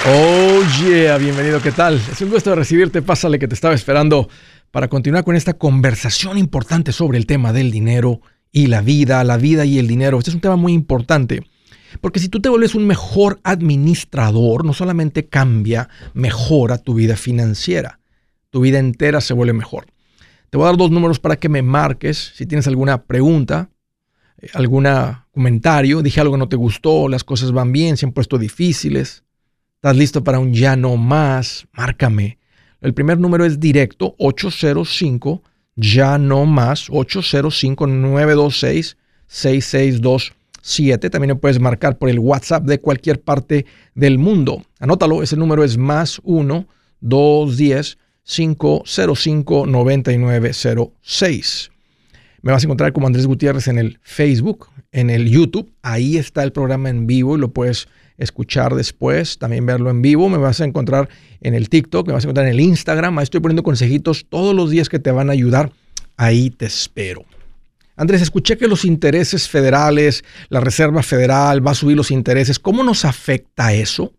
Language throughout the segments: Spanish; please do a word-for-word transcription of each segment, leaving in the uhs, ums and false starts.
Oh yeah, bienvenido, ¿qué tal? Es un gusto recibirte, pásale que te estaba esperando para continuar con esta conversación importante sobre el tema del dinero y la vida, la vida y el dinero. Este es un tema muy importante, porque si tú te vuelves un mejor administrador, no solamente cambia, mejora tu vida financiera, tu vida entera se vuelve mejor. Te voy a dar dos números para que me marques si tienes alguna pregunta, algún comentario, dije algo que no te gustó, las cosas van bien, se han puesto difíciles. ¿Estás listo para un ya no más? Márcame. El primer número es directo, ocho cero cinco, ya no más, ocho cero cinco, nueve dos seis, seis seis dos siete. También me puedes marcar por el WhatsApp de cualquier parte del mundo. Anótalo, ese número es más uno, dos uno cero, cinco cero cinco, nueve nueve cero seis. Me vas a encontrar como Andrés Gutiérrez en el Facebook, en el YouTube. Ahí está el programa en vivo y lo puedes escuchar después, también verlo en vivo. Me vas a encontrar en el TikTok, me vas a encontrar en el Instagram. Ahí estoy poniendo consejitos todos los días que te van a ayudar. Ahí te espero. Andrés, escuché que los intereses federales, la Reserva Federal va a subir los intereses. ¿Cómo nos afecta eso?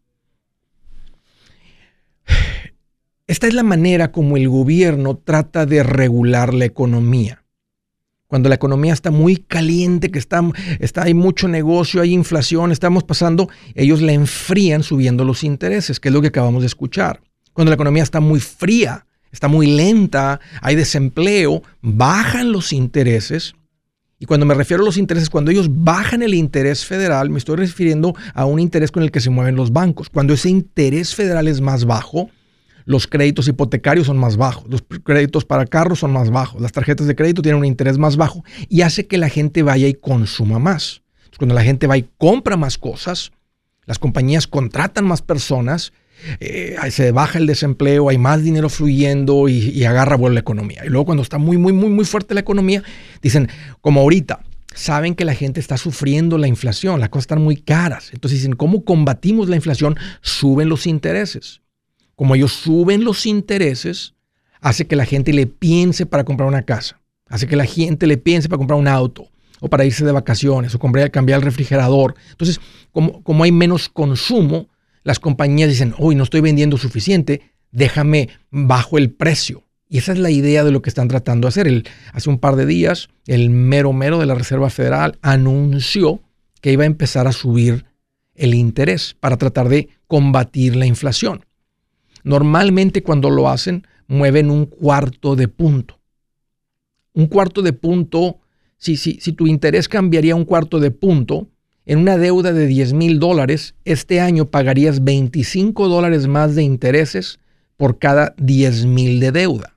Esta es la manera como el gobierno trata de regular la economía. Cuando la economía está muy caliente, que está, está, hay mucho negocio, hay inflación, estamos pasando, ellos la enfrían subiendo los intereses, que es lo que acabamos de escuchar. Cuando la economía está muy fría, está muy lenta, hay desempleo, bajan los intereses. Y cuando me refiero a los intereses, cuando ellos bajan el interés federal, me estoy refiriendo a un interés con el que se mueven los bancos. Cuando ese interés federal es más bajo, los créditos hipotecarios son más bajos, los créditos para carros son más bajos, las tarjetas de crédito tienen un interés más bajo y hace que la gente vaya y consuma más. Entonces, cuando la gente va y compra más cosas, las compañías contratan más personas, eh, se baja el desempleo, hay más dinero fluyendo y, y agarra vuelo la economía. Y luego cuando está muy, muy, muy, muy fuerte la economía, dicen, como ahorita, saben que la gente está sufriendo la inflación, las cosas están muy caras. Entonces dicen, ¿cómo combatimos la inflación? Suben los intereses. Como ellos suben los intereses, hace que la gente le piense para comprar una casa, hace que la gente le piense para comprar un auto o para irse de vacaciones o comprar, cambiar el refrigerador. Entonces, como, como hay menos consumo, las compañías dicen, hoy no estoy vendiendo suficiente, déjame bajo el precio. Y esa es la idea de lo que están tratando de hacer. El, hace un par de días, el mero mero de la Reserva Federal anunció que iba a empezar a subir el interés para tratar de combatir la inflación. Normalmente cuando lo hacen, mueven un cuarto de punto. Un cuarto de punto, si, si, si tu interés cambiaría un cuarto de punto, en una deuda de diez mil dólares, este año pagarías veinticinco dólares más de intereses por cada diez mil de deuda.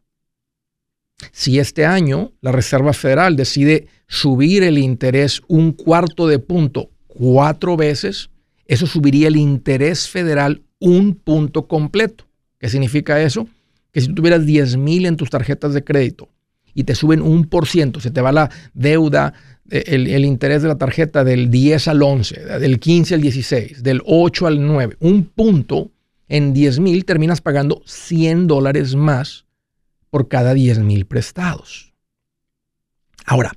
Si este año la Reserva Federal decide subir el interés un cuarto de punto cuatro veces, eso subiría el interés federal un punto completo. ¿Qué significa eso? Que si tú tuvieras diez mil en tus tarjetas de crédito y te suben un por ciento, se te va la deuda, el, el interés de la tarjeta del diez al once, del quince al dieciséis, del ocho al nueve, un punto en diez mil terminas pagando cien dólares más por cada diez mil prestados. Ahora,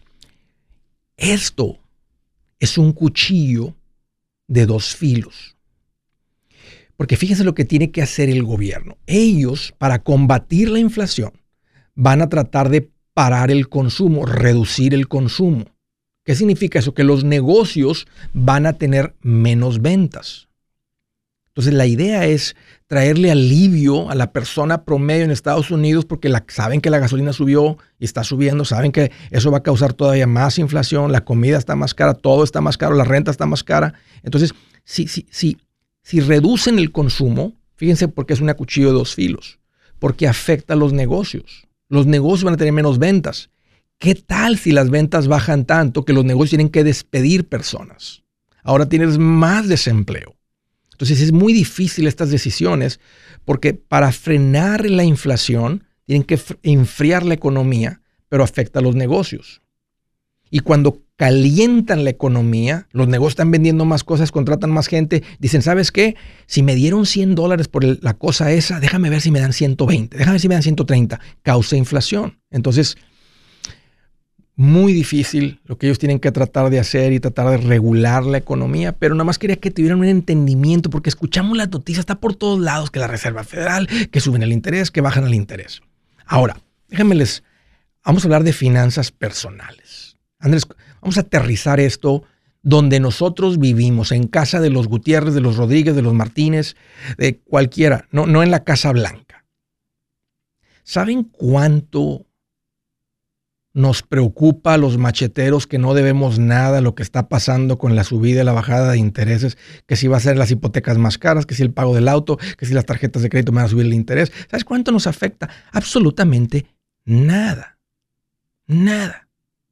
esto es un cuchillo de dos filos. Porque fíjense lo que tiene que hacer el gobierno. Ellos, para combatir la inflación, van a tratar de parar el consumo, reducir el consumo. ¿Qué significa eso? Que los negocios van a tener menos ventas. Entonces la idea es traerle alivio a la persona promedio en Estados Unidos porque la, saben que la gasolina subió y está subiendo, saben que eso va a causar todavía más inflación, la comida está más cara, todo está más caro, la renta está más cara. Entonces, sí, sí, sí. Si reducen el consumo, fíjense porque es una cuchillo de dos filos, porque afecta a los negocios. Los negocios van a tener menos ventas. ¿Qué tal si las ventas bajan tanto que los negocios tienen que despedir personas? Ahora tienes más desempleo. Entonces es muy difícil estas decisiones porque para frenar la inflación tienen que enfriar la economía, pero afecta a los negocios. Y cuando calientan la economía, los negocios están vendiendo más cosas, contratan más gente, dicen, ¿sabes qué? Si me dieron cien dólares por el, la cosa esa, déjame ver si me dan ciento veinte, déjame ver si me dan ciento treinta, causa inflación. Entonces, muy difícil lo que ellos tienen que tratar de hacer y tratar de regular la economía, pero nada más quería que tuvieran un entendimiento, porque escuchamos las noticias, está por todos lados, que la Reserva Federal, que suben el interés, que bajan el interés. Ahora, déjenme les, vamos a hablar de finanzas personales. Andrés, vamos a aterrizar esto donde nosotros vivimos, en casa de los Gutiérrez, de los Rodríguez, de los Martínez, de cualquiera, no, no en la Casa Blanca. ¿Saben cuánto nos preocupa a los macheteros que no debemos nada lo que está pasando con la subida y la bajada de intereses? Que si va a ser las hipotecas más caras, que si el pago del auto, que si las tarjetas de crédito van a subir el interés. ¿Sabes cuánto nos afecta? Absolutamente nada. Nada.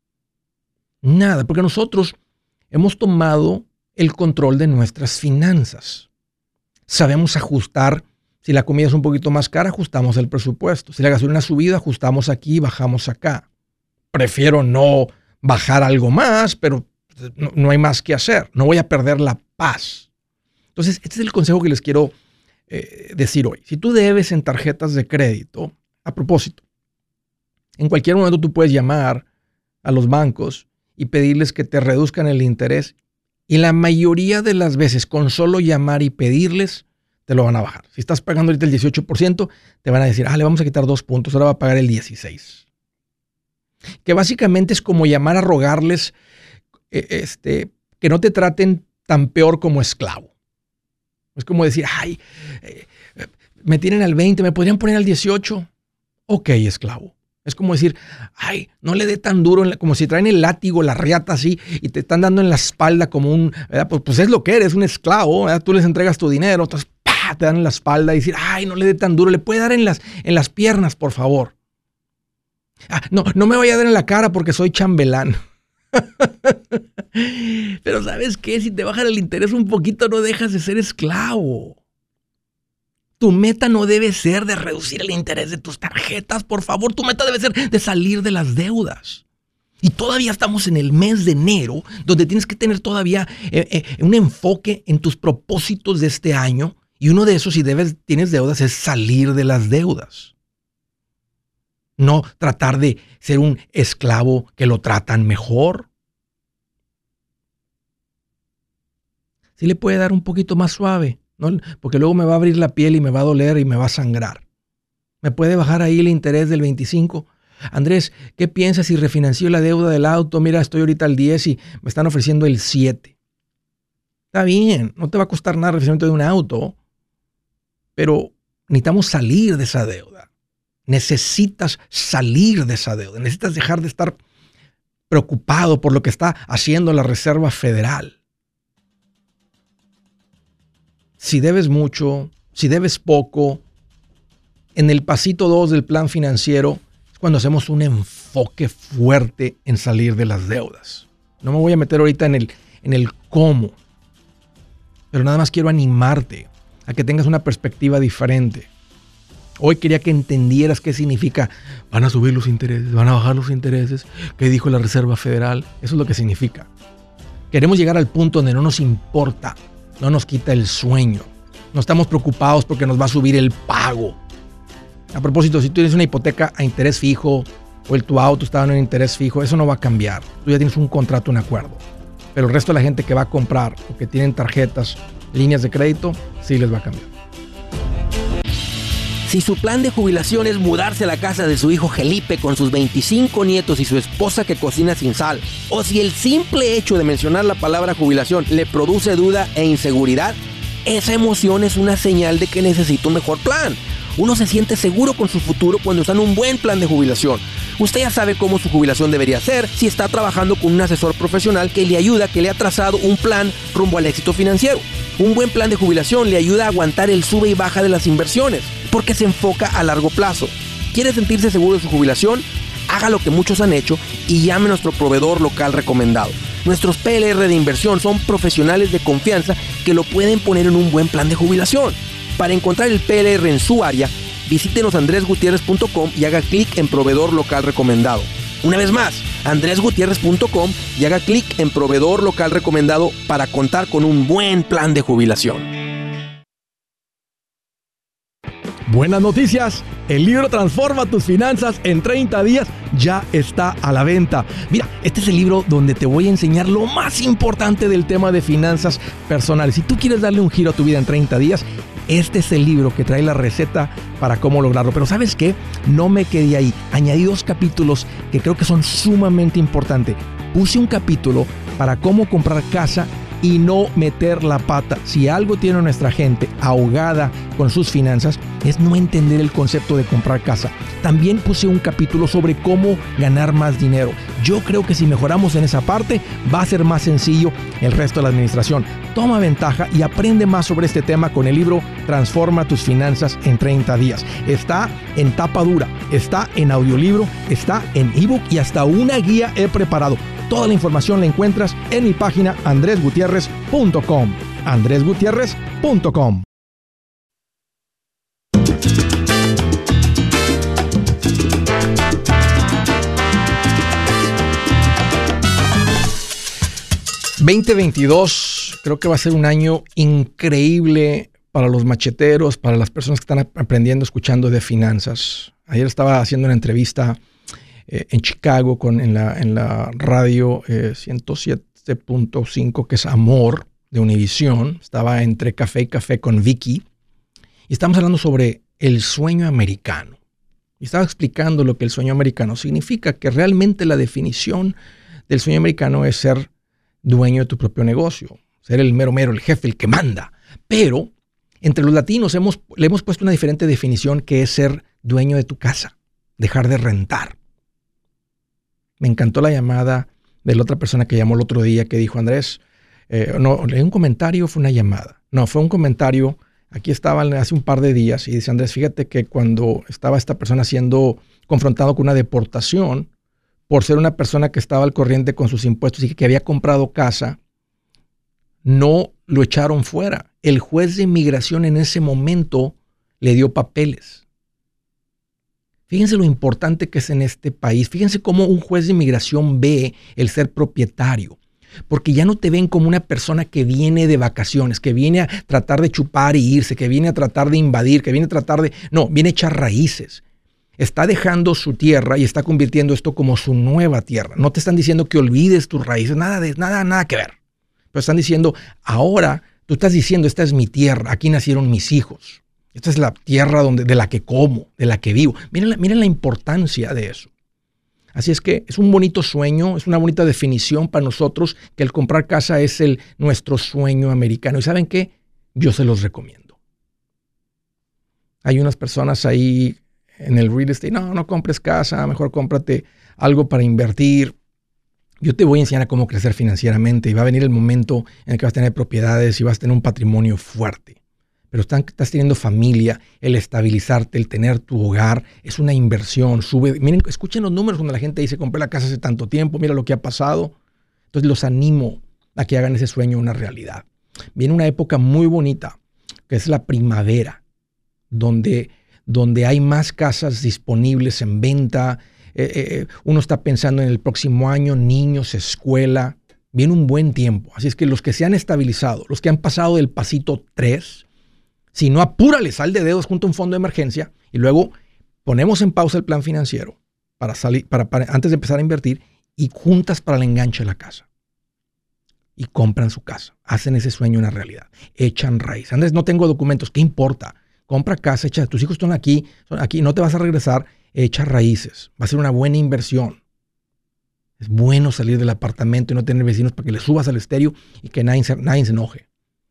Nada. Porque nosotros hemos tomado el control de nuestras finanzas. Sabemos ajustar. Si la comida es un poquito más cara, ajustamos el presupuesto. Si la gasolina ha subido, ajustamos aquí y bajamos acá. Prefiero no bajar algo más, pero no, no hay más que hacer. No voy a perder la paz. Entonces, este es el consejo que les quiero eh, decir hoy. Si tú debes en tarjetas de crédito, a propósito, en cualquier momento tú puedes llamar a los bancos y pedirles que te reduzcan el interés. Y la mayoría de las veces, con solo llamar y pedirles, te lo van a bajar. Si estás pagando ahorita el dieciocho por ciento, te van a decir, ah, le vamos a quitar dos puntos, ahora va a pagar el dieciséis por ciento. Que básicamente es como llamar a rogarles eh, este, que no te traten tan peor como esclavo. Es como decir, ay, eh, me tienen al veinte, ¿me podrían poner al dieciocho? Ok, esclavo. Es como decir, ay, no le dé tan duro, en la, como si traen el látigo, la riata así, y te están dando en la espalda como un, pues, pues es lo que eres, un esclavo, ¿verdad? Tú les entregas tu dinero, entonces ¡pah!, te dan en la espalda y decir, ay, no le dé tan duro, le puede dar en las, en las piernas, por favor. Ah, no, no me vaya a dar en la cara porque soy chambelán. Pero ¿sabes qué? Si te bajan el interés un poquito, no dejas de ser esclavo. Tu meta no debe ser de reducir el interés de tus tarjetas, por favor. Tu meta debe ser de salir de las deudas. Y todavía estamos en el mes de enero, donde tienes que tener todavía eh, eh, un enfoque en tus propósitos de este año. Y uno de esos, si debes, tienes deudas, es salir de las deudas. No tratar de ser un esclavo que lo tratan mejor. Sí le puede dar un poquito más suave, ¿no? Porque luego me va a abrir la piel y me va a doler y me va a sangrar. Me puede bajar ahí el interés del veinticinco. Andrés, ¿qué piensas si refinancio la deuda del auto? Mira, estoy ahorita al diez y me están ofreciendo el siete. Está bien, no te va a costar nada el refinanciamiento de un auto, pero necesitamos salir de esa deuda. Necesitas salir de esa deuda. Necesitas dejar de estar preocupado por lo que está haciendo la Reserva Federal. Si debes mucho, si debes poco, en el pasito dos del plan financiero es cuando hacemos un enfoque fuerte en salir de las deudas. No me voy a meter ahorita en el, en el cómo, pero nada más quiero animarte a que tengas una perspectiva diferente. Hoy quería que entendieras qué significa van a subir los intereses, van a bajar los intereses, qué dijo la Reserva Federal. Eso es lo que significa. Queremos llegar al punto donde no nos importa, no nos quita el sueño. No estamos preocupados porque nos va a subir el pago. A propósito, si tú tienes una hipoteca a interés fijo o el, tu auto está en un interés fijo, eso no va a cambiar. Tú ya tienes un contrato, un acuerdo. Pero el resto de la gente que va a comprar o que tienen tarjetas, líneas de crédito, sí les va a cambiar. Si su plan de jubilación es mudarse a la casa de su hijo Felipe con sus veinticinco nietos y su esposa que cocina sin sal, o si el simple hecho de mencionar la palabra jubilación le produce duda e inseguridad, esa emoción es una señal de que necesita un mejor plan. Uno se siente seguro con su futuro cuando está en un buen plan de jubilación. Usted ya sabe cómo su jubilación debería ser si está trabajando con un asesor profesional que le ayuda, que le ha trazado un plan rumbo al éxito financiero. Un buen plan de jubilación le ayuda a aguantar el sube y baja de las inversiones, porque se enfoca a largo plazo. ¿Quiere sentirse seguro de su jubilación? Haga lo que muchos han hecho y llame a nuestro proveedor local recomendado. Nuestros P L R de inversión son profesionales de confianza que lo pueden poner en un buen plan de jubilación. Para encontrar el P L R en su área, visítenos andres gutierrez punto com y haga clic en proveedor local recomendado. Una vez más, andres gutierrez punto com y haga clic en proveedor local recomendado para contar con un buen plan de jubilación. Buenas noticias, el libro Transforma tus finanzas en treinta días ya está a la venta. Mira, este es el libro donde te voy a enseñar lo más importante del tema de finanzas personales. Si tú quieres darle un giro a tu vida en treinta días, este es el libro que trae la receta para cómo lograrlo. Pero ¿sabes qué? No me quedé ahí. Añadí dos capítulos que creo que son sumamente importantes. Puse un capítulo para cómo comprar casa y no meter la pata. Si algo tiene nuestra gente ahogada con sus finanzas, es no entender el concepto de comprar casa. También puse un capítulo sobre cómo ganar más dinero. Yo creo que si mejoramos en esa parte, va a ser más sencillo el resto de la administración. Toma ventaja y aprende más sobre este tema con el libro Transforma tus finanzas en treinta días. Está en tapa dura, está en audiolibro, está en ebook y hasta una guía he preparado. Toda la información la encuentras en mi página andres gutierrez punto com. andres gutierrez punto com. veinte veintidós creo que va a ser un año increíble para los macheteros, para las personas que están aprendiendo, escuchando de finanzas. Ayer estaba haciendo una entrevista eh, en Chicago con, en, la, en la radio eh, ciento siete punto cinco, que es Amor, de Univisión. Estaba entre café y café con Vicky y estamos hablando sobre el sueño americano. Y estaba explicando lo que el sueño americano significa, que realmente la definición del sueño americano es ser dueño de tu propio negocio, ser el mero mero, el jefe, el que manda. Pero entre los latinos hemos, le hemos puesto una diferente definición, que es ser dueño de tu casa, dejar de rentar. Me encantó la llamada de la otra persona que llamó el otro día, que dijo, Andrés, eh, no, leí un comentario, fue una llamada. No, fue un comentario. Aquí estaba hace un par de días y dice, Andrés, fíjate que cuando estaba esta persona siendo confrontado con una deportación, por ser una persona que estaba al corriente con sus impuestos y que había comprado casa, no lo echaron fuera. El juez de inmigración en ese momento le dio papeles. Fíjense lo importante que es en este país. Fíjense cómo un juez de inmigración ve el ser propietario. Porque ya no te ven como una persona que viene de vacaciones, que viene a tratar de chupar y irse, que viene a tratar de invadir, que viene a tratar de... No, viene a echar raíces. Está dejando su tierra y está convirtiendo esto como su nueva tierra. No te están diciendo que olvides tus raíces, nada, de, nada, nada que ver. Pero están diciendo, ahora tú estás diciendo, esta es mi tierra, aquí nacieron mis hijos. Esta es la tierra donde, de la que como, de la que vivo. Miren la, miren la importancia de eso. Así es que es un bonito sueño, es una bonita definición para nosotros, que el comprar casa es el, nuestro sueño americano. ¿Y saben qué? Yo se los recomiendo. Hay unas personas ahí en el real estate, no, no compres casa, mejor cómprate algo para invertir. Yo te voy a enseñar a cómo crecer financieramente y va a venir el momento en el que vas a tener propiedades y vas a tener un patrimonio fuerte. Pero están, estás teniendo familia, el estabilizarte, el tener tu hogar, es una inversión. Sube, miren, escuchen los números cuando la gente dice, compré la casa hace tanto tiempo, mira lo que ha pasado. Entonces los animo a que hagan ese sueño una realidad. Viene una época muy bonita, que es la primavera, donde... donde hay más casas disponibles en venta. Eh, eh, uno está pensando en el próximo año, niños, escuela. Viene un buen tiempo. Así es que los que se han estabilizado, los que han pasado del pasito tres, si no, apúrale, sal de dedos junto a un fondo de emergencia y luego ponemos en pausa el plan financiero para salir, para, para, antes de empezar a invertir, y juntas para el enganche de la casa. Y compran su casa. Hacen ese sueño una realidad. Echan raíz. Andrés, no tengo documentos. ¿Qué importa? Compra casa, echa, tus hijos están aquí, son aquí, no te vas a regresar, echa raíces. Va a ser una buena inversión. Es bueno salir del apartamento y no tener vecinos para que le subas al estéreo y que nadie se, nadie se enoje.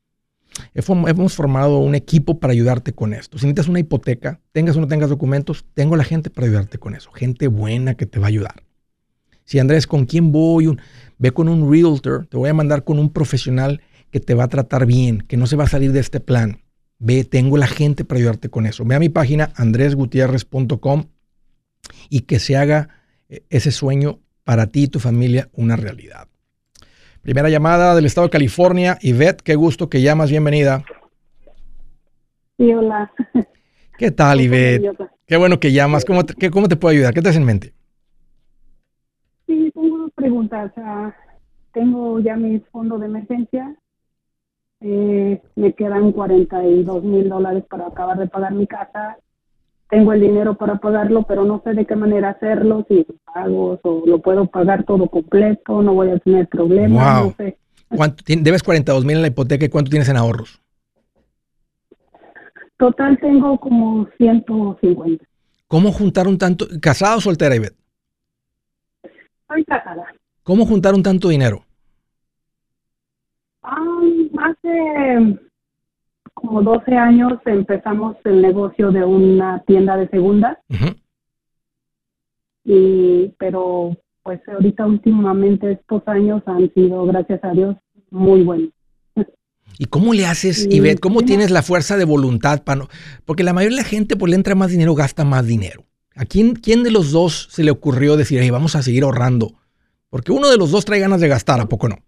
Hemos formado un equipo para ayudarte con esto. Si necesitas una hipoteca, tengas o no tengas documentos, tengo la gente para ayudarte con eso. Gente buena que te va a ayudar. Si Andrés, ¿con quién voy? Un, ve con un realtor, te voy a mandar con un profesional que te va a tratar bien, que no se va a salir de este plan. Ve, tengo la gente para ayudarte con eso. Ve a mi página andres gutierrez punto com y que se haga ese sueño para ti y tu familia una realidad. Primera llamada del estado de California. Ivette, qué gusto que llamas. Bienvenida. Sí, hola. ¿Qué tal, Ivette? Qué bueno que llamas. ¿Cómo te, qué, ¿Cómo te puedo ayudar? ¿Qué te hace en mente? Sí, tengo una pregunta. O sea, tengo ya mi fondo de emergencia. Eh, me quedan cuarenta y dos mil dólares para acabar de pagar mi casa tengo el dinero para pagarlo, pero no sé de qué manera hacerlo, si pago o lo puedo pagar todo completo, no voy a tener problemas, Wow. no sé. ¿Cuánto, debes cuarenta y dos mil en la hipoteca y cuánto tienes en ahorros? Total tengo como ciento cincuenta. ¿Cómo juntaron tanto? ¿Casada o soltera, Ivette? Soy casada. ¿Cómo juntaron tanto dinero? Um, hace como doce años empezamos el negocio de una tienda de segunda, Uh-huh. y pero pues ahorita últimamente estos años han sido, gracias a Dios, muy buenos. ¿Y cómo le haces, Y Ivette? ¿Cómo tenemos- tienes la fuerza de voluntad para no? Porque la mayoría de la gente, pues le entra más dinero, gasta más dinero. ¿A quién, quién de los dos se le ocurrió decir, hey, vamos a seguir ahorrando? Porque uno de los dos trae ganas de gastar, ¿a poco no?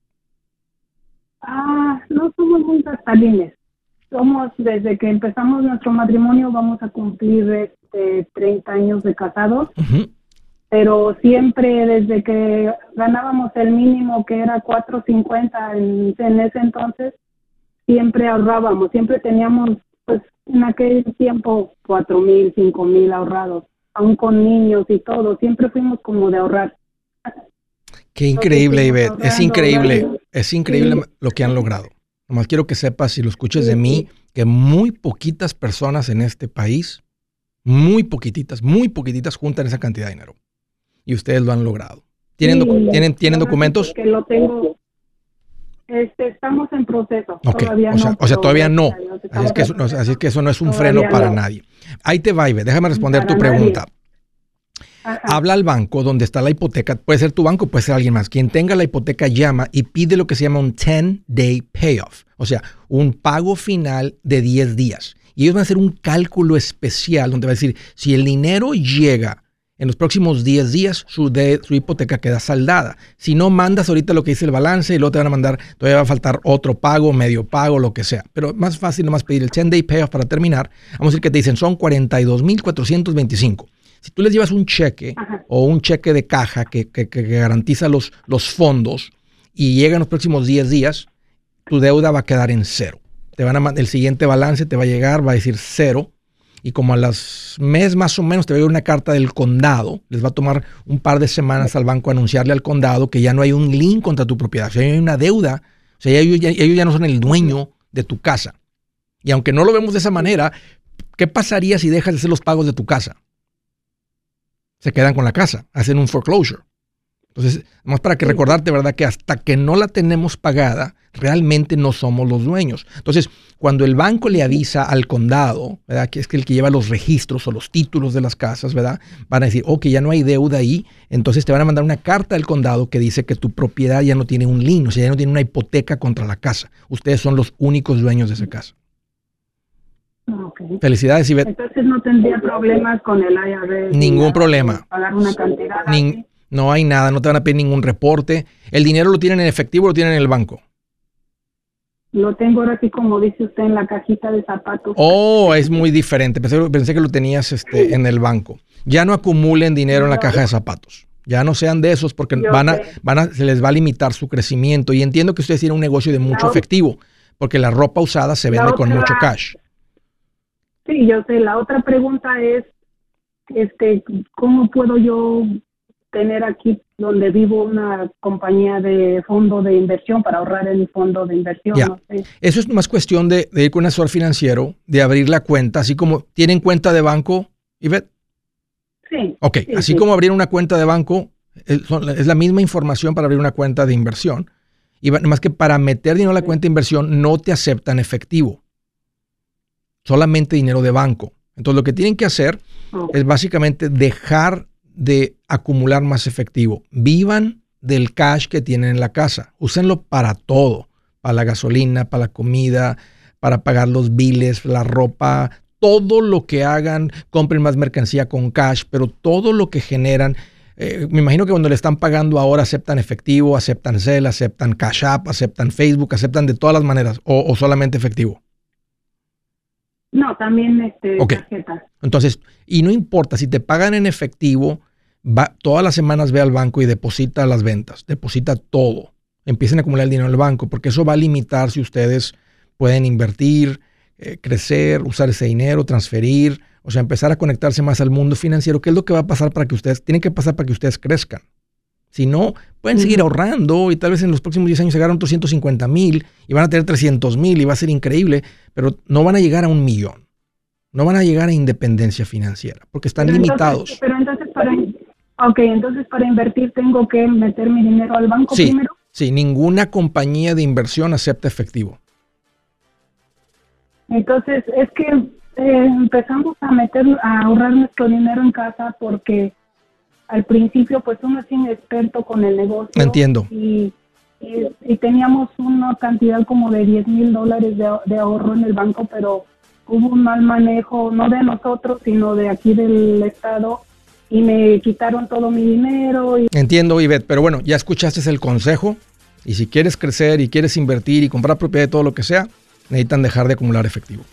Ah, no somos muy gastalines. Somos, desde que empezamos nuestro matrimonio, vamos a cumplir este treinta años de casados, Uh-huh. pero siempre desde que ganábamos el mínimo, que era cuatro cincuenta en, en ese entonces, siempre ahorrábamos, siempre teníamos, pues en aquel tiempo, cuatro mil, cinco mil ahorrados, aún con niños y todo, siempre fuimos como de ahorrar. Qué increíble, seguimos Ivette. Es ahorrando, increíble. ahorrando. Es increíble Sí. lo que han logrado. Nomás quiero que sepas, si lo escuches de Sí, mí, sí. que muy poquitas personas en este país, muy poquititas, muy poquititas juntan esa cantidad de dinero. Y ustedes lo han logrado. ¿Tienen, docu- Sí, ¿tienen, ¿tienen ahora sí documentos? Que lo tengo. Este, estamos en proceso. Ok, Todavía o sea, no, o sea pero todavía no. gracias a Dios, Así es, estamos que eso, en no, así es proceso. que eso no es un Todavía freno para no. nadie. Ahí te va, Ivette. Déjame responder Para tu nadie. pregunta. Ajá. Habla al banco donde está la hipoteca. Puede ser tu banco, puede ser alguien más. Quien tenga la hipoteca llama y pide lo que se llama un ten-day payoff. O sea, un pago final de diez días. Y ellos van a hacer un cálculo especial donde va a decir, si el dinero llega en los próximos diez días, su, de, su hipoteca queda saldada. Si no, mandas ahorita lo que dice el balance y luego te van a mandar, todavía va a faltar otro pago, medio pago, lo que sea. Pero más fácil nomás pedir el ten-day payoff para terminar. Vamos a decir que te dicen son cuarenta y dos mil cuatrocientos veinticinco. Si tú les llevas un cheque Ajá. o un cheque de caja que, que, que garantiza los, los fondos y llega en los próximos diez días, tu deuda va a quedar en cero. Te van a, el siguiente balance te va a llegar, va a decir cero. Y como a las mes más o menos te va a llegar una carta del condado, les va a tomar un par de semanas al banco anunciarle al condado que ya no hay un lien contra tu propiedad, o sea, hay una deuda, o sea, ellos ya, ellos ya no son el dueño de tu casa. Y aunque no lo vemos de esa manera, ¿qué pasaría si dejas de hacer los pagos de tu casa? Se quedan con la casa, hacen un foreclosure. Entonces, más para que recordarte, ¿verdad? Que hasta que no la tenemos pagada, realmente no somos los dueños. Entonces, cuando el banco le avisa al condado, ¿verdad? Que es que el que lleva los registros o los títulos de las casas, ¿verdad? Van a decir, ok, ya no hay deuda ahí. Entonces te van a mandar una carta del condado que dice que tu propiedad ya no tiene un lien, o sea, ya no tiene una hipoteca contra la casa. Ustedes son los únicos dueños de esa casa. Okay. Felicidades, Ivette. Entonces no tendría problemas con el I R S. Ningún nada, problema. Pagar una cantidad. Nin- así. no hay nada, no te van a pedir ningún reporte. ¿El dinero lo tienen en efectivo o lo tienen en el banco? Lo tengo ahora sí, como dice usted, en la cajita de zapatos. Oh, es muy diferente. Pensé, pensé que lo tenías este, en el banco. Ya no acumulen dinero en la caja de zapatos. Ya no sean de esos porque Yo van a, sé. van a, se les va a limitar su crecimiento. Y entiendo que ustedes tienen un negocio de mucho La o- efectivo porque la ropa usada se La vende con otra- mucho cash. Sí, yo sé. La otra pregunta es, este, ¿cómo puedo yo tener aquí donde vivo una compañía de fondo de inversión para ahorrar en mi fondo de inversión? Ya. No sé. Eso es más cuestión de, de ir con un asesor financiero, de abrir la cuenta, así como tienen cuenta de banco, Ivette. Sí. Ok, sí, así sí. como abrir una cuenta de banco, es, son- es la misma información para abrir una cuenta de inversión. Y va- más que para meter dinero a la cuenta de inversión no te aceptan efectivo. Solamente dinero de banco. Entonces lo que tienen que hacer Ok. es básicamente dejar de acumular más efectivo. Vivan del cash que tienen en la casa. Úsenlo para todo. Para la gasolina, para la comida, para pagar los biles, la ropa, todo lo que hagan, compren más mercancía con cash, pero todo lo que generan, eh, me imagino que cuando le están pagando ahora aceptan efectivo, aceptan Zelle, aceptan Cash App, aceptan Facebook, aceptan de todas las maneras, o, o solamente efectivo. No, también este, Ok. tarjeta. Entonces, y no importa, si te pagan en efectivo, va, todas las semanas ve al banco y deposita las ventas, deposita todo. Empiecen a acumular el dinero en el banco, porque eso va a limitar si ustedes pueden invertir, eh, crecer, usar ese dinero, transferir O sea, empezar a conectarse más al mundo financiero, que es lo que va a pasar para que ustedes, tienen que pasar para que ustedes crezcan. Si no, pueden seguir ahorrando y tal vez en los próximos diez años llegar a doscientos cincuenta mil y van a tener trescientos mil y va a ser increíble, pero no van a llegar a un millón. No van a llegar a independencia financiera porque están pero limitados. Entonces, pero entonces para, okay, entonces para invertir tengo que meter mi dinero al banco sí, primero. Sí, ninguna compañía de inversión acepta efectivo. Entonces es que eh, empezamos a meter, a ahorrar nuestro dinero en casa porque al principio pues uno es inexperto con el negocio. Entiendo. Y, y, y teníamos una cantidad como de diez mil dólares de, de ahorro en el banco, pero hubo un mal manejo, no de nosotros, sino de aquí del estado, y me quitaron todo mi dinero. Y... Entiendo, Ivette, pero bueno, ya escuchaste el consejo, y si quieres crecer y quieres invertir y comprar propiedad y todo lo que sea, necesitan dejar de acumular efectivo.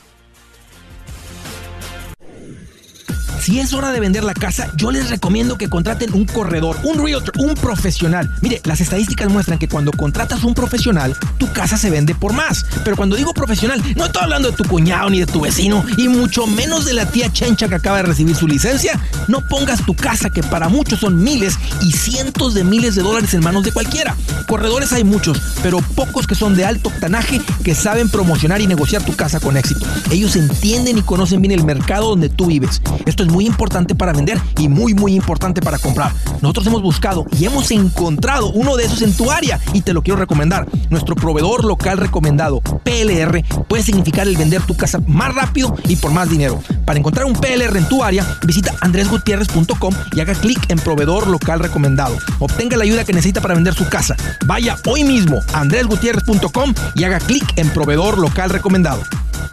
Si es hora de vender la casa, yo les recomiendo que contraten un corredor, un realtor, un profesional. Mire, las estadísticas muestran que cuando contratas un profesional, tu casa se vende por más. Pero cuando digo profesional, no estoy hablando de tu cuñado ni de tu vecino, y mucho menos de la tía Chencha que acaba de recibir su licencia. No pongas tu casa, que para muchos son miles y cientos de miles de dólares, en manos de cualquiera. Corredores hay muchos, pero pocos que son de alto octanaje, que saben promocionar y negociar tu casa con éxito. Ellos entienden y conocen bien el mercado donde tú vives. Esto es muy importante para vender y muy muy importante para comprar. Nosotros hemos buscado y hemos encontrado uno de esos en tu área y te lo quiero recomendar. Nuestro proveedor local recomendado, P L R, puede significar el vender tu casa más rápido y por más dinero. Para encontrar un P L R en tu área, visita andres gutierrez punto com y haga clic en proveedor local recomendado. Obtenga la ayuda que necesita para vender su casa. Vaya hoy mismo a andres gutierrez punto com y haga clic en proveedor local recomendado.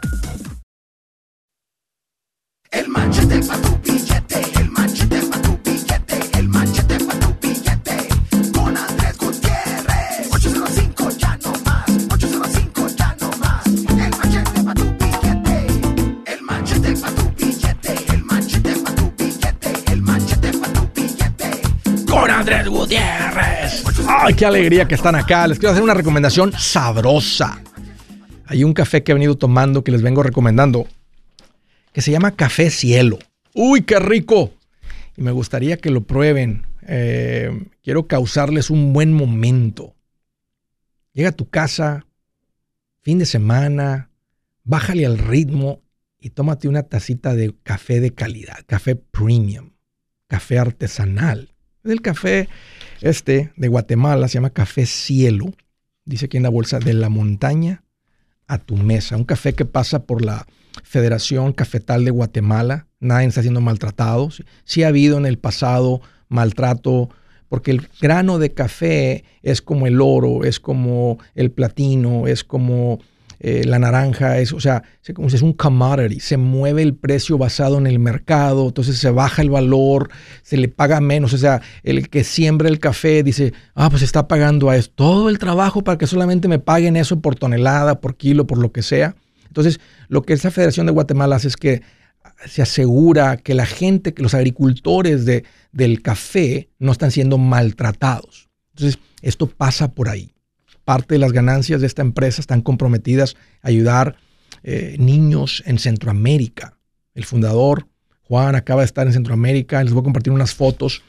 El machete pa' tu billete, el machete pa' tu billete, el machete pa' tu billete, con Andrés Gutiérrez. ocho cero cinco ya no más, ocho cero cinco ya no más, el machete pa' tu billete, el machete pa' tu billete, el machete pa' tu billete, el machete pa' tu billete, con Andrés Gutiérrez. ¡Ay, qué alegría que están acá! Les quiero hacer una recomendación sabrosa. Hay un café que he venido tomando que les vengo recomendando, que se llama Café Cielo. ¡Uy, qué rico! Y me gustaría que lo prueben. Eh, quiero causarles un buen momento. Llega a tu casa, fin de semana, bájale al ritmo y tómate una tacita de café de calidad, café premium, café artesanal. Es el café este de Guatemala, se llama Café Cielo. Dice aquí en la bolsa, de la montaña a tu mesa. Un café que pasa por la Federación Cafetal de Guatemala. Nadie está siendo maltratado. Sí, sí ha habido en el pasado maltrato, porque el grano de café es como el oro, es como el platino, es como eh, la naranja, es, o sea, es un commodity. Se mueve el precio basado en el mercado, entonces se baja el valor, se le paga menos. O sea, el que siembra el café dice, ah, pues está pagando a esto. Todo el trabajo para que solamente me paguen eso por tonelada, por kilo, por lo que sea. Entonces, lo que esa Federación de Guatemala hace es que se asegura que la gente, que los agricultores de, del café no están siendo maltratados. Entonces, esto pasa por ahí. Parte de las ganancias de esta empresa están comprometidas a ayudar eh, niños en Centroamérica. El fundador, Juan, acaba de estar en Centroamérica. Les voy a compartir unas fotos.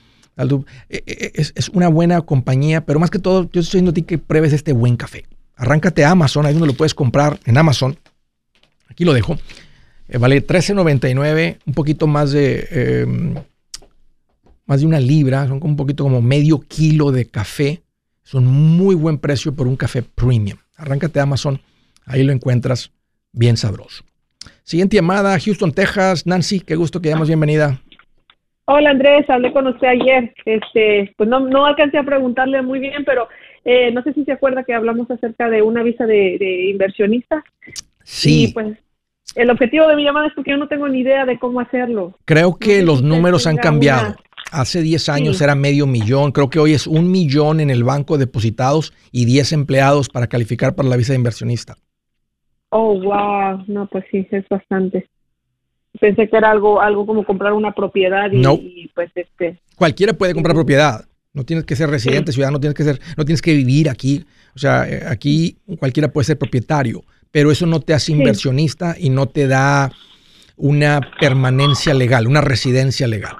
Es, es una buena compañía, pero más que todo, yo estoy diciendo a ti que pruebes este buen café. Arráncate a Amazon, ahí donde lo puedes comprar en Amazon. Aquí lo dejo. Eh, vale trece noventa y nueve, un poquito más de eh, más de una libra, son un poquito como medio kilo de café. Es un muy buen precio por un café premium. Arráncate a Amazon, ahí lo encuentras bien sabroso. Siguiente llamada, Houston, Texas. Nancy, qué gusto que llamos, bienvenida. Hola Andrés, hablé con usted ayer. Este, pues no, no alcancé a preguntarle muy bien, pero eh, no sé si se acuerda que hablamos acerca de una visa de, de inversionista. Sí. Y pues el objetivo de mi llamada es porque yo no tengo ni idea de cómo hacerlo. Creo que no los números han cambiado. Una... Hace diez años sí. era medio millón. Creo que hoy es un millón en el banco depositados y diez empleados para calificar para la visa de inversionista. Oh, wow. No, pues sí, es bastante. Pensé que era algo algo como comprar una propiedad y, no. y pues este... Cualquiera puede comprar sí. propiedad. No tienes que ser residente, sí. ciudadano, tienes que ser, no tienes que vivir aquí. O sea, aquí cualquiera puede ser propietario, pero eso no te hace inversionista sí. y no te da... una permanencia legal, una residencia legal.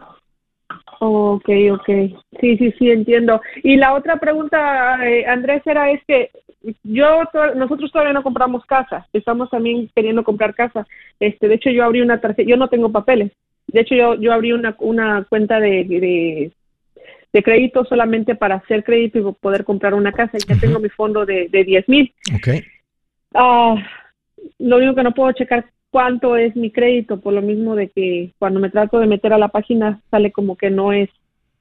Ok, ok. Sí, sí, sí, entiendo. Y la otra pregunta, eh, Andrés, era es que yo, to- nosotros todavía no compramos casa. Estamos también queriendo comprar casa. Este, de hecho, yo abrí una tarjeta, yo no tengo papeles. De hecho, yo, yo abrí una, una cuenta de, de, de crédito solamente para hacer crédito y poder comprar una casa. Y ya Ujú. tengo mi fondo de, de diez mil. Ok. Ah, lo único que no puedo checar cuánto es mi crédito, por lo mismo de que cuando me trato de meter a la página sale como que no es,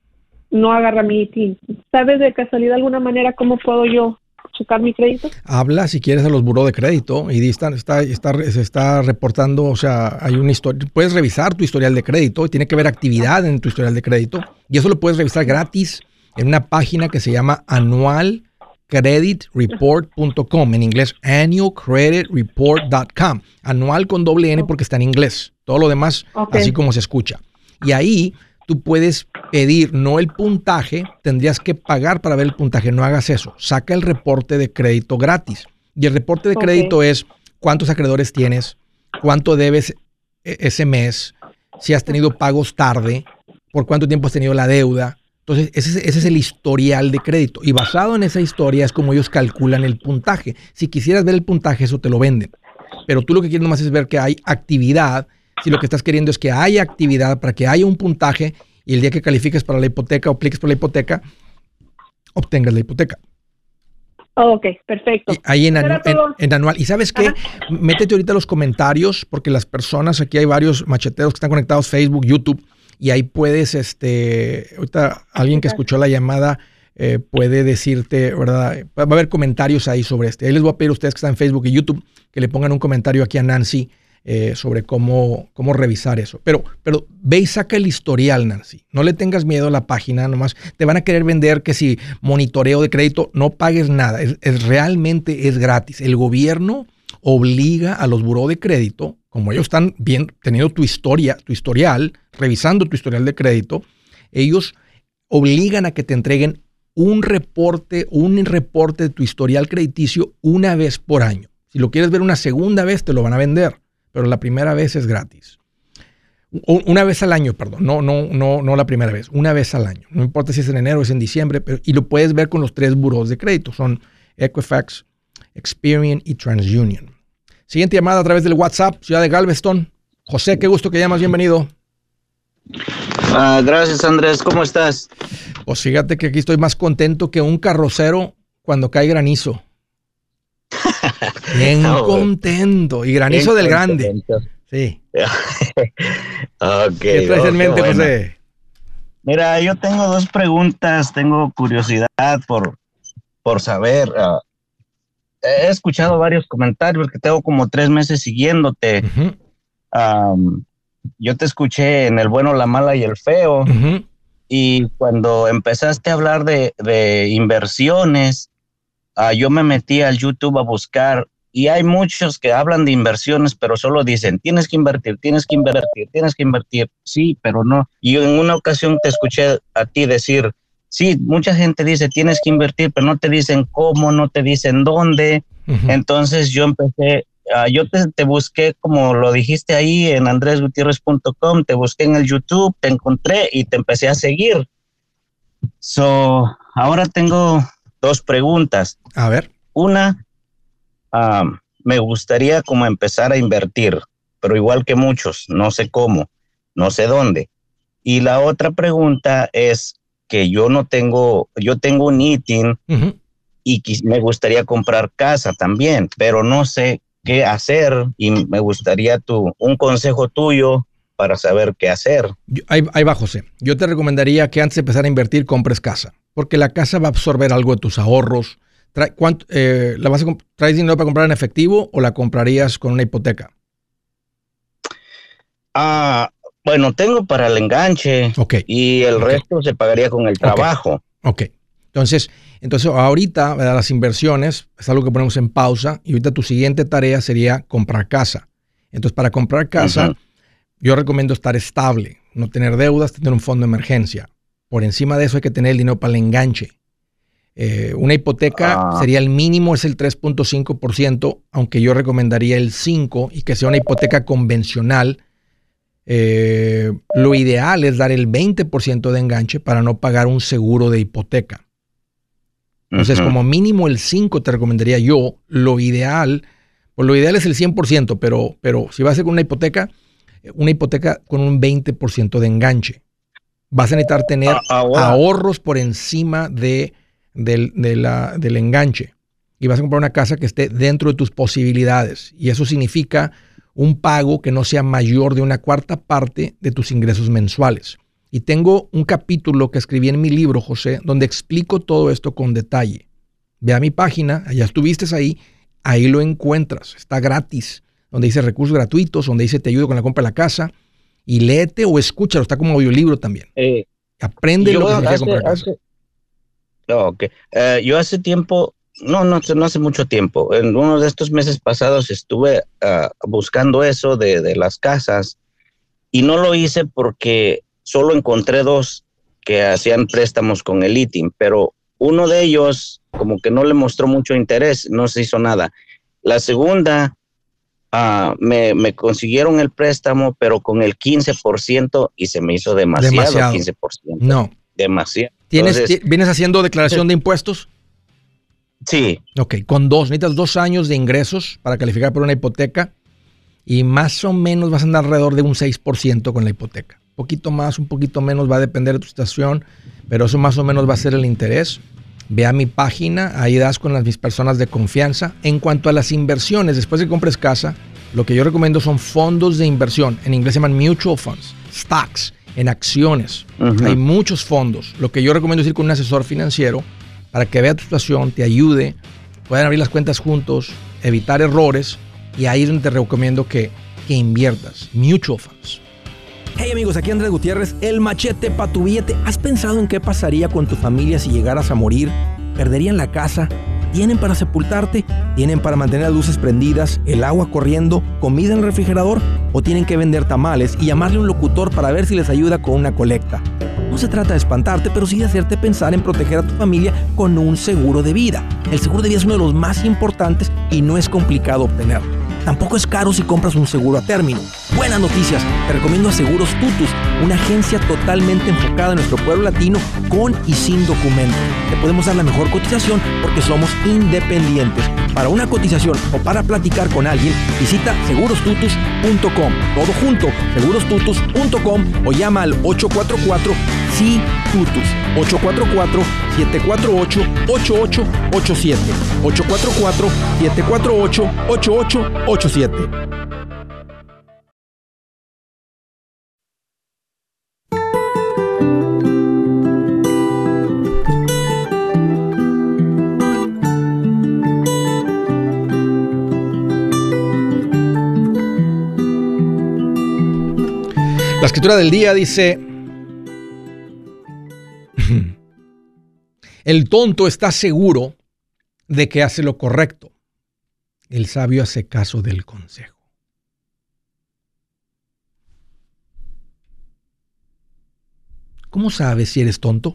no agarra mi I T I N. ¿Sabes de casualidad alguna manera cómo puedo yo checar mi crédito? Habla si quieres a los buró de crédito y di- está, está, está, se está reportando, o sea, hay una historia, puedes revisar tu historial de crédito y tiene que haber actividad en tu historial de crédito y eso lo puedes revisar gratis en una página que se llama annual credit report punto com, en inglés annual credit report punto com, anual con doble N porque está en inglés, todo lo demás Ok. así como se escucha. Y ahí tú puedes pedir no el puntaje, tendrías que pagar para ver el puntaje, no hagas eso, saca el reporte de crédito gratis. Y el reporte de Ok. crédito es cuántos acreedores tienes, cuánto debes e- ese mes, si has tenido pagos tarde, por cuánto tiempo has tenido la deuda. Entonces, ese, es- ese es el historial de crédito. Y basado en esa historia es como ellos calculan el puntaje. Si quisieras ver el puntaje, eso te lo venden. Pero tú lo que quieres nomás es ver que hay actividad. Si lo que estás queriendo es que haya actividad para que haya un puntaje y el día que califiques para la hipoteca o apliques para la hipoteca, obtengas la hipoteca. Oh, ok, perfecto. Y ahí en, Eso era anu- en- todo. en anual. ¿Y sabes qué? Ajá. Métete ahorita a los comentarios porque las personas, aquí hay varios macheteros que están conectados, Facebook, YouTube, y ahí puedes, este, ahorita alguien que escuchó la llamada eh, puede decirte, ¿verdad? Va a haber comentarios ahí sobre este. Ahí les voy a pedir a ustedes que están en Facebook y YouTube que le pongan un comentario aquí a Nancy eh, sobre cómo, cómo revisar eso. Pero, pero ve y saca el historial, Nancy. No le tengas miedo a la página, nomás te van a querer vender que si monitoreo de crédito, no pagues nada. Es, es- realmente es gratis. El gobierno obliga a los buró de crédito, como ellos están bien teniendo tu historia, tu historial, revisando tu historial de crédito, ellos obligan a que te entreguen un reporte, un reporte de tu historial crediticio una vez por año. Si lo quieres ver una segunda vez, te lo van a vender, pero la primera vez es gratis. U- Una vez al año, perdón, no, no, no, no la primera vez, una vez al año. No importa si es en enero o es en diciembre, pero, y lo puedes ver con los tres buros de crédito, son Equifax, Experian y TransUnion. Siguiente llamada a través del WhatsApp, Ciudad de Galveston. José, qué gusto que llamas, bienvenido. Ah, gracias, Andrés. ¿Cómo estás? Pues fíjate que aquí estoy más contento que un carrocero cuando cae granizo. Bien Ah, bueno. contento. Y granizo Bien del grande. contento. Sí. Ok. ¿Qué traes oh, en qué mente, bueno. José? Mira, yo tengo dos preguntas. Tengo curiosidad por, por saber. ah, he escuchado varios comentarios porque tengo como tres meses siguiéndote. Ujú, Am, yo te escuché en El Bueno, la Mala y el Feo. ujú. Y cuando empezaste a hablar de, de inversiones, ah, yo me metí al YouTube a buscar y hay muchos que hablan de inversiones, pero solo dicen, tienes que invertir, tienes que invertir, tienes que invertir. Sí, pero no. Y yo en una ocasión te escuché a ti decir, sí, mucha gente dice, tienes que invertir, pero no te dicen cómo, no te dicen dónde. Ujú. Entonces yo empecé, ah, yo te, te busqué, como lo dijiste ahí en andres gutierrez punto com, te busqué en el YouTube, te encontré y te empecé a seguir. So, ahora tengo dos preguntas. A ver. Una, um, me gustaría como empezar a invertir, pero igual que muchos, no sé cómo, no sé dónde. Y la otra pregunta es que yo no tengo, yo tengo un I T I N Ujú. y quis- me gustaría comprar casa también, pero no sé qué hacer y me gustaría tu, un consejo tuyo para saber qué hacer. Yo- ahí, ahí va, José. Yo te recomendaría que antes de empezar a invertir, compres casa. Porque la casa va a absorber algo de tus ahorros. Trae- ¿cuánto, eh, la vas a comp- ¿Traes dinero para comprar en efectivo o la comprarías con una hipoteca? Ah, bueno, tengo para el enganche Ok. y el Ok. resto se pagaría con el trabajo. Ok. Entonces, entonces ahorita, ¿verdad? Las inversiones es algo que ponemos en pausa y ahorita tu siguiente tarea sería comprar casa. Entonces, para comprar casa, Ujú. yo recomiendo estar estable, no tener deudas, tener un fondo de emergencia. Por encima de eso hay que tener el dinero para el enganche. Eh, una hipoteca Ah. sería el mínimo, es el tres punto cinco por ciento, aunque yo recomendaría el cinco por ciento y que sea una hipoteca convencional Eh, lo ideal es dar el veinte por ciento de enganche para no pagar un seguro de hipoteca. Entonces, uh-huh. como mínimo el cinco te recomendaría yo. Lo ideal, pues lo ideal es el cien por ciento, pero, pero si vas a hacer con una hipoteca, una hipoteca con un veinte por ciento de enganche. Vas a necesitar tener Ahora. ahorros por encima de, del, de la, del enganche. Y vas a comprar una casa que esté dentro de tus posibilidades. Y eso significa un pago que no sea mayor de una cuarta parte de tus ingresos mensuales. Y tengo un capítulo que escribí en mi libro, José, donde explico todo esto con detalle. Ve a mi página, allá estuviste ahí, ahí lo encuentras, está gratis, donde dice recursos gratuitos, donde dice te ayudo con la compra de la casa, y léete o escúchalo, está como audiolibro también. Eh, Aprende lo que significa hace, comprar casa. Hace, oh, okay. uh, yo hace tiempo, no, no, no hace mucho tiempo, en uno de estos meses pasados estuve uh, buscando eso de, de las casas, y no lo hice porque solo encontré dos que hacían préstamos con el I T I M, pero uno de ellos como que no le mostró mucho interés, no se hizo nada. La segunda, uh, me, me consiguieron el préstamo, pero con el quince por ciento y se me hizo demasiado, demasiado. quince por ciento. No. Demasiado. ¿Tienes, Entonces, ¿Vienes haciendo declaración sí. de impuestos? Sí. Ok, con dos, necesitas dos años de ingresos para calificar por una hipoteca y más o menos vas a andar alrededor de un seis por ciento con la hipoteca. Un poquito más, un poquito menos, va a depender de tu situación, pero eso más o menos va a ser el interés. Ve a mi página, ahí das con las mis personas de confianza. En cuanto a las inversiones, después de que compres casa, lo que yo recomiendo son fondos de inversión. En inglés se llaman mutual funds, stocks, en acciones. Uh-huh. Hay muchos fondos. Lo que yo recomiendo es ir con un asesor financiero para que vea tu situación, te ayude, puedan abrir las cuentas juntos, evitar errores, y ahí es donde te recomiendo que, que inviertas. Mutual funds. Hey amigos, aquí Andrés Gutiérrez, el machete para tu billete. ¿Has pensado en qué pasaría con tu familia si llegaras a morir? ¿Perderían la casa? ¿Tienen para sepultarte? ¿Tienen para mantener las luces prendidas, el agua corriendo, comida en el refrigerador? ¿O tienen que vender tamales y llamarle a un locutor para ver si les ayuda con una colecta? No se trata de espantarte, pero sí de hacerte pensar en proteger a tu familia con un seguro de vida. El seguro de vida es uno de los más importantes y no es complicado obtenerlo. Tampoco es caro si compras un seguro a término. Buenas noticias, te recomiendo a Seguros Tutus, una agencia totalmente enfocada en nuestro pueblo latino con y sin documento. Te podemos dar la mejor cotización porque somos independientes. Para una cotización o para platicar con alguien, visita seguros tutus punto com. Todo junto, seguros tutus punto com o llama al ocho cuatro cuatro S I Tutus, ocho cuatro cuatro, siete cuatro ocho, ocho ocho ocho siete, ocho cuatro cuatro, siete cuatro ocho, ocho ocho ocho siete. La escritura del día dice: el tonto está seguro de que hace lo correcto. El sabio hace caso del consejo. ¿Cómo sabes si eres tonto?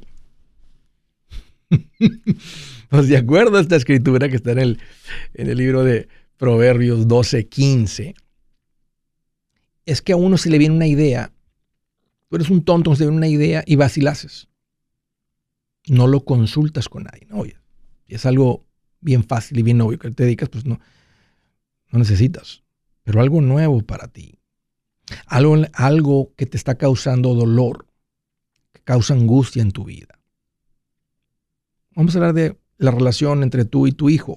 Pues de acuerdo a esta escritura que está en el, en el libro de Proverbios doce quince, es que a uno se le viene una idea. Tú eres un tonto, se te viene una idea y vas y la haces. No lo consultas con nadie. ¿No? Oye, es algo bien fácil y bien obvio que te dedicas, pues no, no necesitas. Pero algo nuevo para ti. Algo, algo que te está causando dolor, que causa angustia en tu vida. Vamos a hablar de la relación entre tú y tu hijo.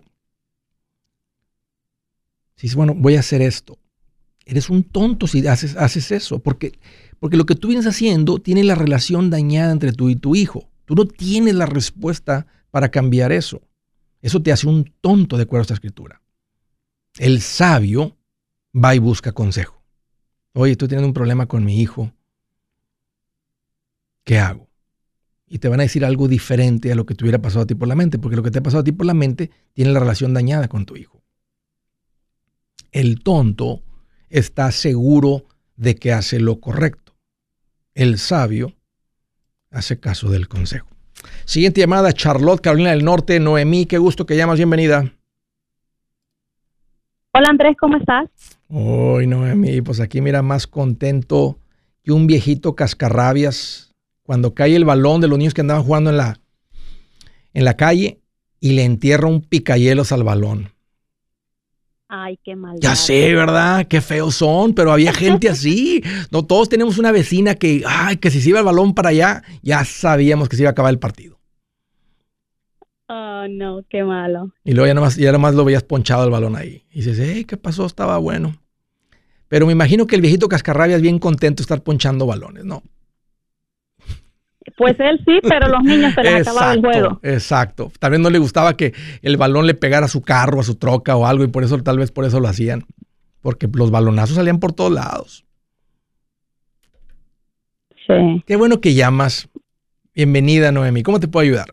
Si dices, bueno, voy a hacer esto. Eres un tonto si haces, haces eso, porque, porque lo que tú vienes haciendo tiene la relación dañada entre tú y tu hijo. Tú no tienes la respuesta para cambiar eso. Eso te hace un tonto de acuerdo a esta escritura. El sabio va y busca consejo. Oye, estoy teniendo un problema con mi hijo. ¿Qué hago? Y te van a decir algo diferente a lo que te hubiera pasado a ti por la mente, porque lo que te ha pasado a ti por la mente tiene la relación dañada con tu hijo. El tonto está seguro de que hace lo correcto. El sabio hace caso del consejo. Siguiente llamada, Charlotte, Carolina del Norte. Noemí, qué gusto que llamas, bienvenida. Hola Andrés, ¿cómo estás? Hoy Noemí, pues aquí mira, más contento que un viejito cascarrabias, cuando cae el balón de los niños que andaban jugando en la, en la calle, y le entierra un picayelos al balón. Ay, qué maldad. Ya sé, ¿verdad? Qué feos son, pero había gente así. No, todos tenemos una vecina que, ay, que si se iba el balón para allá, ya sabíamos que se iba a acabar el partido. Oh, no, qué malo. Y luego ya nomás, ya nomás lo veías ponchado el balón ahí. Y dices, hey, ¿qué pasó? Estaba bueno. Pero me imagino que el viejito cascarrabias bien contento de estar ponchando balones, ¿no? Pues él sí, pero los niños se les acababa el juego. Exacto. Tal vez no le gustaba que el balón le pegara a su carro, a su troca o algo, y por eso, tal vez por eso lo hacían. Porque los balonazos salían por todos lados. Sí. Qué bueno que llamas. Bienvenida, Noemi. ¿Cómo te puedo ayudar?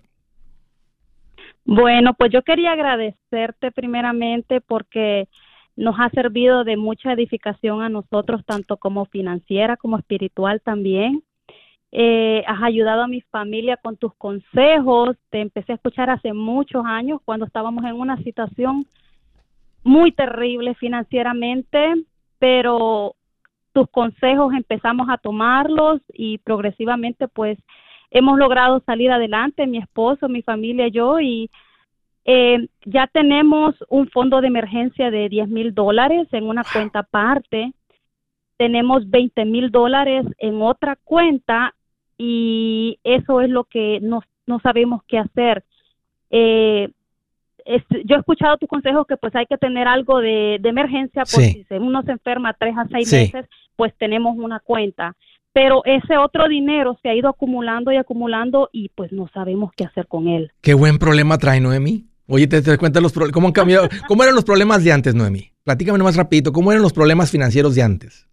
Bueno, pues yo quería agradecerte primeramente porque nos ha servido de mucha edificación a nosotros, tanto como financiera como espiritual también. Eh, has ayudado a mi familia con tus consejos. Te empecé a escuchar hace muchos años cuando estábamos en una situación muy terrible financieramente, pero tus consejos empezamos a tomarlos y progresivamente pues hemos logrado salir adelante, mi esposo, mi familia, yo, y eh, ya tenemos un fondo de emergencia de diez mil dólares en una cuenta aparte. Tenemos veinte mil dólares en otra cuenta y eso es lo que no, no sabemos qué hacer. Eh, es, yo he escuchado tus consejos que pues hay que tener algo de, de emergencia por Sí. si uno se enferma tres a seis Sí. meses, pues tenemos una cuenta. Pero ese otro dinero se ha ido acumulando y acumulando y pues no sabemos qué hacer con él. Qué buen problema trae Noemi. Oye, te, te cuentas los problemas. ¿Cómo han cambiado? ¿Cómo eran los problemas de antes, Noemi? Platícame nomás rapidito. ¿Cómo eran los problemas financieros de antes?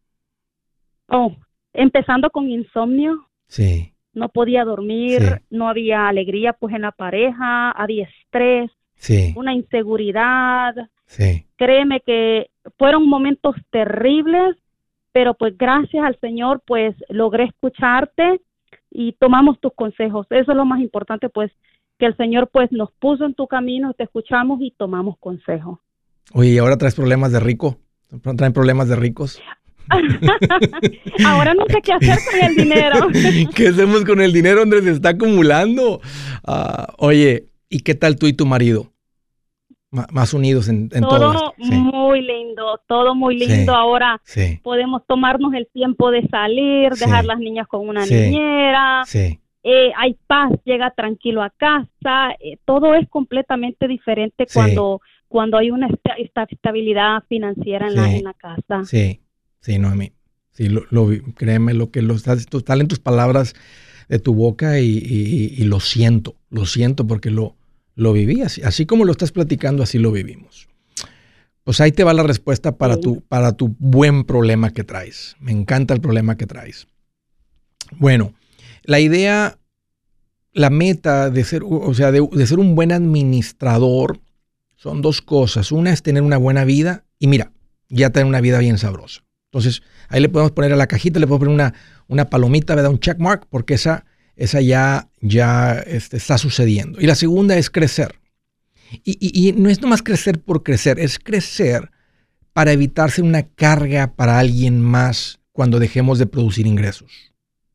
Oh, empezando con insomnio, Sí, no podía dormir, Sí. no había alegría pues en la pareja, había estrés, sí, una inseguridad. sí. Créeme que fueron momentos terribles, pero pues gracias al Señor pues logré escucharte y tomamos tus consejos. Eso es lo más importante, pues que el Señor pues nos puso en tu camino, te escuchamos y tomamos consejos. Oye, ¿y ahora traes problemas de rico? ¿Traen problemas de ricos? Ahora no sé qué hacer con el dinero. ¿Qué hacemos con el dinero, Andrés? Se está acumulando. Ah, oye, ¿y qué tal tú y tu marido? M- más unidos en, en todo. Todo esto. Sí, muy lindo, todo muy lindo. Sí. Ahora sí, podemos tomarnos el tiempo de salir, Sí. dejar las niñas con una Sí. niñera. sí. Eh, hay paz, llega tranquilo a casa, eh, todo es completamente diferente Sí. cuando cuando hay una esta- esta- estabilidad financiera en, la, Sí. en la casa. Sí, sí, Noemi. Sí, lo, lo vi- créeme, lo que lo estás, tú- salen tus palabras de tu boca y, y- y lo siento, lo siento porque lo, lo viví así, así como lo estás platicando, así lo vivimos. Pues ahí te va la respuesta para, Sí. tu, para tu buen problema que traes. Me encanta el problema que traes. Bueno, la idea, la meta de ser, o sea, de, de ser un buen administrador son dos cosas. Una es tener una buena vida y mira, ya tener una vida bien sabrosa. Entonces, ahí le podemos poner a la cajita, le podemos poner una, una palomita, ¿verdad? Un check mark, porque esa, esa ya, ya este, está sucediendo. Y la segunda es crecer. Y, y, y no es nomás crecer por crecer, es crecer para evitar ser una carga para alguien más cuando dejemos de producir ingresos.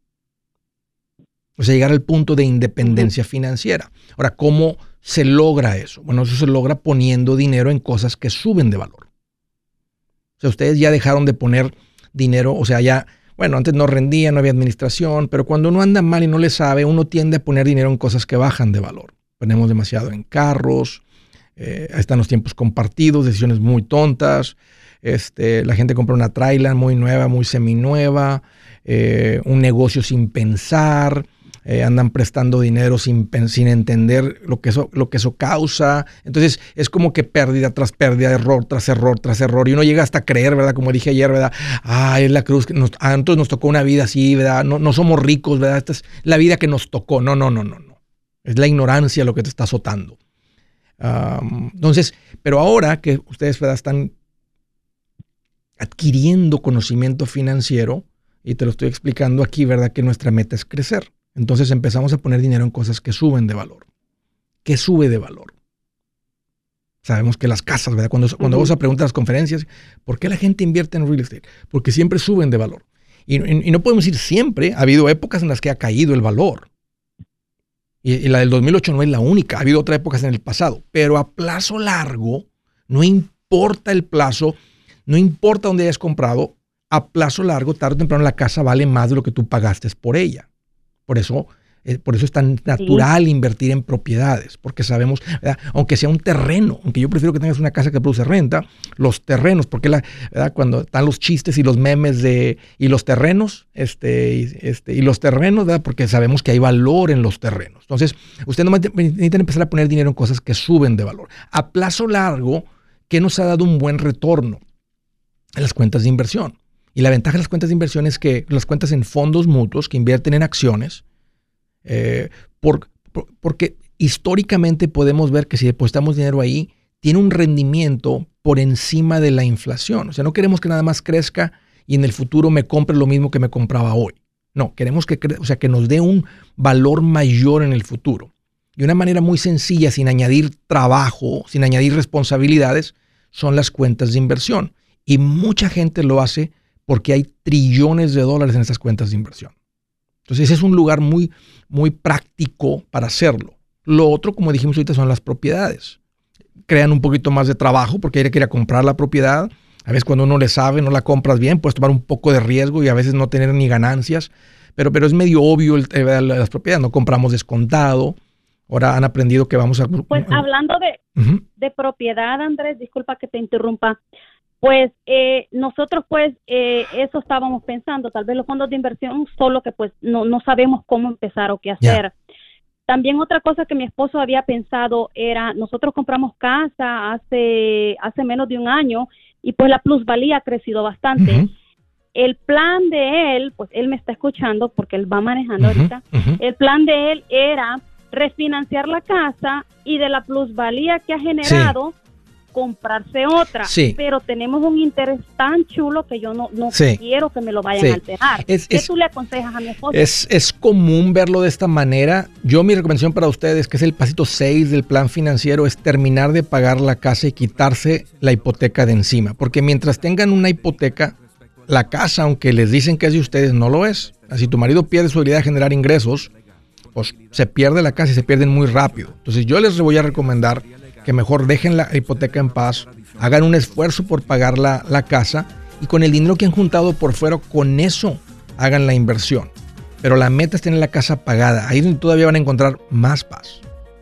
O sea, llegar al punto de independencia uh-huh. financiera. Ahora, ¿cómo se logra eso? Bueno, eso se logra poniendo dinero en cosas que suben de valor. O sea, ustedes ya dejaron de poner dinero, o sea, ya, bueno, antes no rendía, no había administración, pero cuando uno anda mal y no le sabe, uno tiende a poner dinero en cosas que bajan de valor. Ponemos demasiado en carros, eh, están los tiempos compartidos, decisiones muy tontas, este, la gente compra una trailer muy nueva, muy seminueva, eh, un negocio sin pensar, eh, andan prestando dinero sin, sin entender lo que, eso, lo que eso causa. Entonces es como que pérdida tras pérdida, error tras error tras error. Y uno llega hasta a creer, ¿verdad? Como dije ayer, ¿verdad? Ah, es la cruz. Que nos, a nosotros nos tocó una vida así, ¿verdad? No, no somos ricos, ¿verdad? Esta es la vida que nos tocó. No, no, no, no, no. Es la ignorancia lo que te está azotando. Um, entonces, pero ahora que ustedes, ¿verdad? Están adquiriendo conocimiento financiero, y te lo estoy explicando aquí, ¿verdad? Que nuestra meta es crecer. Entonces empezamos a poner dinero en cosas que suben de valor. ¿Qué sube de valor? Sabemos que las casas, ¿verdad? Cuando, cuando uh-huh. vamos a preguntar a las conferencias, ¿por qué la gente invierte en real estate? Porque siempre suben de valor. Y, y, y no podemos decir siempre, ha habido épocas en las que ha caído el valor. Y, y la del dos mil ocho no es la única, ha habido otras épocas en el pasado. Pero a plazo largo, no importa el plazo, no importa dónde hayas comprado, a plazo largo, tarde o temprano la casa vale más de lo que tú pagaste por ella. Por eso... Por eso es tan natural sí. invertir en propiedades, porque sabemos, ¿verdad? Aunque sea un terreno, aunque yo prefiero que tengas una casa que produce renta, los terrenos, porque la, ¿verdad? Cuando están los chistes y los memes de y los terrenos, este, y, este, y los terrenos, ¿verdad? Porque sabemos que hay valor en los terrenos. Entonces, usted no necesita empezar a poner dinero en cosas que suben de valor. A plazo largo, ¿qué nos ha dado un buen retorno? En las cuentas de inversión. Y la ventaja de las cuentas de inversión es que las cuentas en fondos mutuos que invierten en acciones, Eh, por, por, porque históricamente podemos ver que si depositamos dinero ahí, tiene un rendimiento por encima de la inflación. O sea, no queremos que nada más crezca y en el futuro me compre lo mismo que me compraba hoy. No, queremos que, cre- o sea, que nos dé un valor mayor en el futuro. Y una manera muy sencilla, sin añadir trabajo, sin añadir responsabilidades, son las cuentas de inversión. Y mucha gente lo hace porque hay trillones de dólares en esas cuentas de inversión. Entonces, ese es un lugar muy, muy práctico para hacerlo. Lo otro, como dijimos ahorita, son las propiedades. Crean un poquito más de trabajo porque hay que ir a comprar la propiedad. A veces cuando uno le sabe, no la compras bien, puedes tomar un poco de riesgo y a veces no tener ni ganancias. Pero, pero es medio obvio el, el, las propiedades. No compramos descontado. Ahora han aprendido que vamos a... Pues hablando de, uh-huh. de propiedad, Andrés, disculpa que te interrumpa. Pues eh, nosotros pues eh, eso estábamos pensando, tal vez los fondos de inversión, solo que pues no, no sabemos cómo empezar o qué hacer. Yeah. También otra cosa que mi esposo había pensado era, nosotros compramos casa hace, hace menos de un año y pues la plusvalía ha crecido bastante. Uh-huh. El plan de él, pues él me está escuchando porque él va manejando uh-huh. ahorita, uh-huh. el plan de él era refinanciar la casa y de la plusvalía que ha generado... Sí. comprarse otra, sí. pero tenemos un interés tan chulo que yo no, no sí. quiero que me lo vayan sí. a alterar. Es, ¿Qué es, tú le aconsejas a mi esposo? Es, es común verlo de esta manera. Yo mi recomendación para ustedes, que es el pasito seis del plan financiero, es terminar de pagar la casa y quitarse la hipoteca de encima. Porque mientras tengan una hipoteca, la casa, aunque les dicen que es de ustedes, no lo es. Si tu marido pierde su habilidad de generar ingresos, pues se pierde la casa y se pierden muy rápido. Entonces yo les voy a recomendar que mejor dejen la hipoteca en paz, hagan un esfuerzo por pagar la, la casa y con el dinero que han juntado por fuera, con eso hagan la inversión. Pero la meta es tener la casa pagada. Ahí es donde todavía van a encontrar más paz.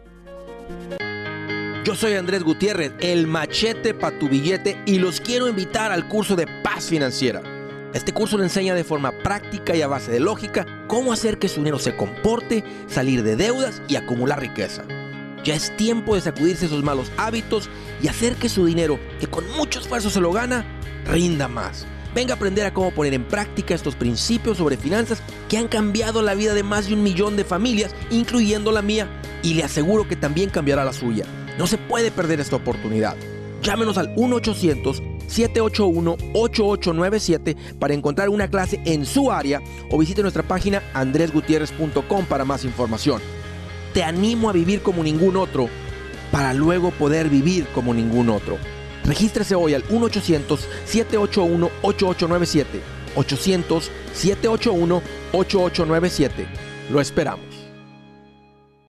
Yo soy Andrés Gutiérrez, el machete para tu billete, y los quiero invitar al curso de Paz Financiera. Este curso le enseña de forma práctica y a base de lógica cómo hacer que su dinero se comporte, salir de deudas y acumular riqueza. Ya es tiempo de sacudirse esos malos hábitos y hacer que su dinero, que con mucho esfuerzo se lo gana, rinda más. Venga a aprender a cómo poner en práctica estos principios sobre finanzas que han cambiado la vida de más de un millón de familias, incluyendo la mía, y le aseguro que también cambiará la suya. No se puede perder esta oportunidad. Llámenos al uno ochocientos, siete ocho uno, ocho ocho nueve siete para encontrar una clase en su área o visite nuestra página andres gutierrez punto com para más información. Te animo a vivir como ningún otro para luego poder vivir como ningún otro. Regístrese hoy al uno ochocientos, siete ocho uno, ocho ocho nueve siete. ochocientos, siete ocho uno, ocho ocho nueve siete. Lo esperamos.